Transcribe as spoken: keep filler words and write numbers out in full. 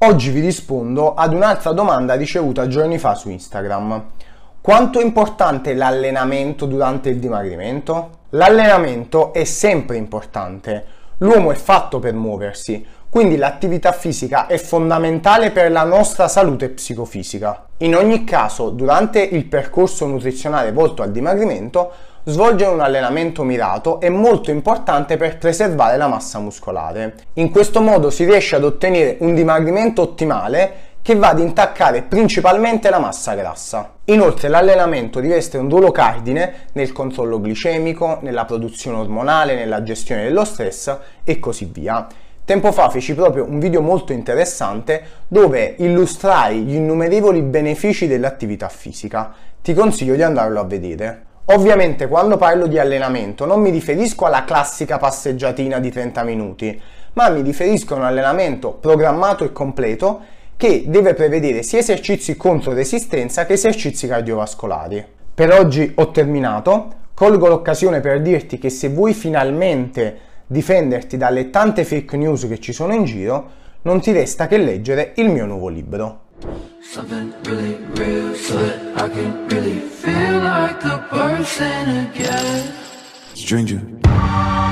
Oggi vi rispondo ad un'altra domanda ricevuta giorni fa su Instagram. Quanto è importante l'allenamento durante il dimagrimento? L'allenamento è sempre importante. L'uomo è fatto per muoversi, quindi l'attività fisica è fondamentale per la nostra salute psicofisica. In ogni caso, durante il percorso nutrizionale volto al dimagrimento, svolgere un allenamento mirato è molto importante per preservare la massa muscolare. In questo modo si riesce ad ottenere un dimagrimento ottimale che va ad intaccare principalmente la massa grassa. Inoltre l'allenamento riveste un ruolo cardine nel controllo glicemico, nella produzione ormonale, nella gestione dello stress e così via. Tempo fa feci proprio un video molto interessante dove illustrai gli innumerevoli benefici dell'attività fisica. Ti consiglio di andarlo a vedere. Ovviamente quando parlo di allenamento non mi riferisco alla classica passeggiatina di trenta minuti, ma mi riferisco a un allenamento programmato e completo che deve prevedere sia esercizi contro resistenza che esercizi cardiovascolari. Per oggi ho terminato, colgo l'occasione per dirti che se vuoi finalmente difenderti dalle tante fake news che ci sono in giro, non ti resta che leggere il mio nuovo libro. Something really real so that I can really feel like a person again. Stranger.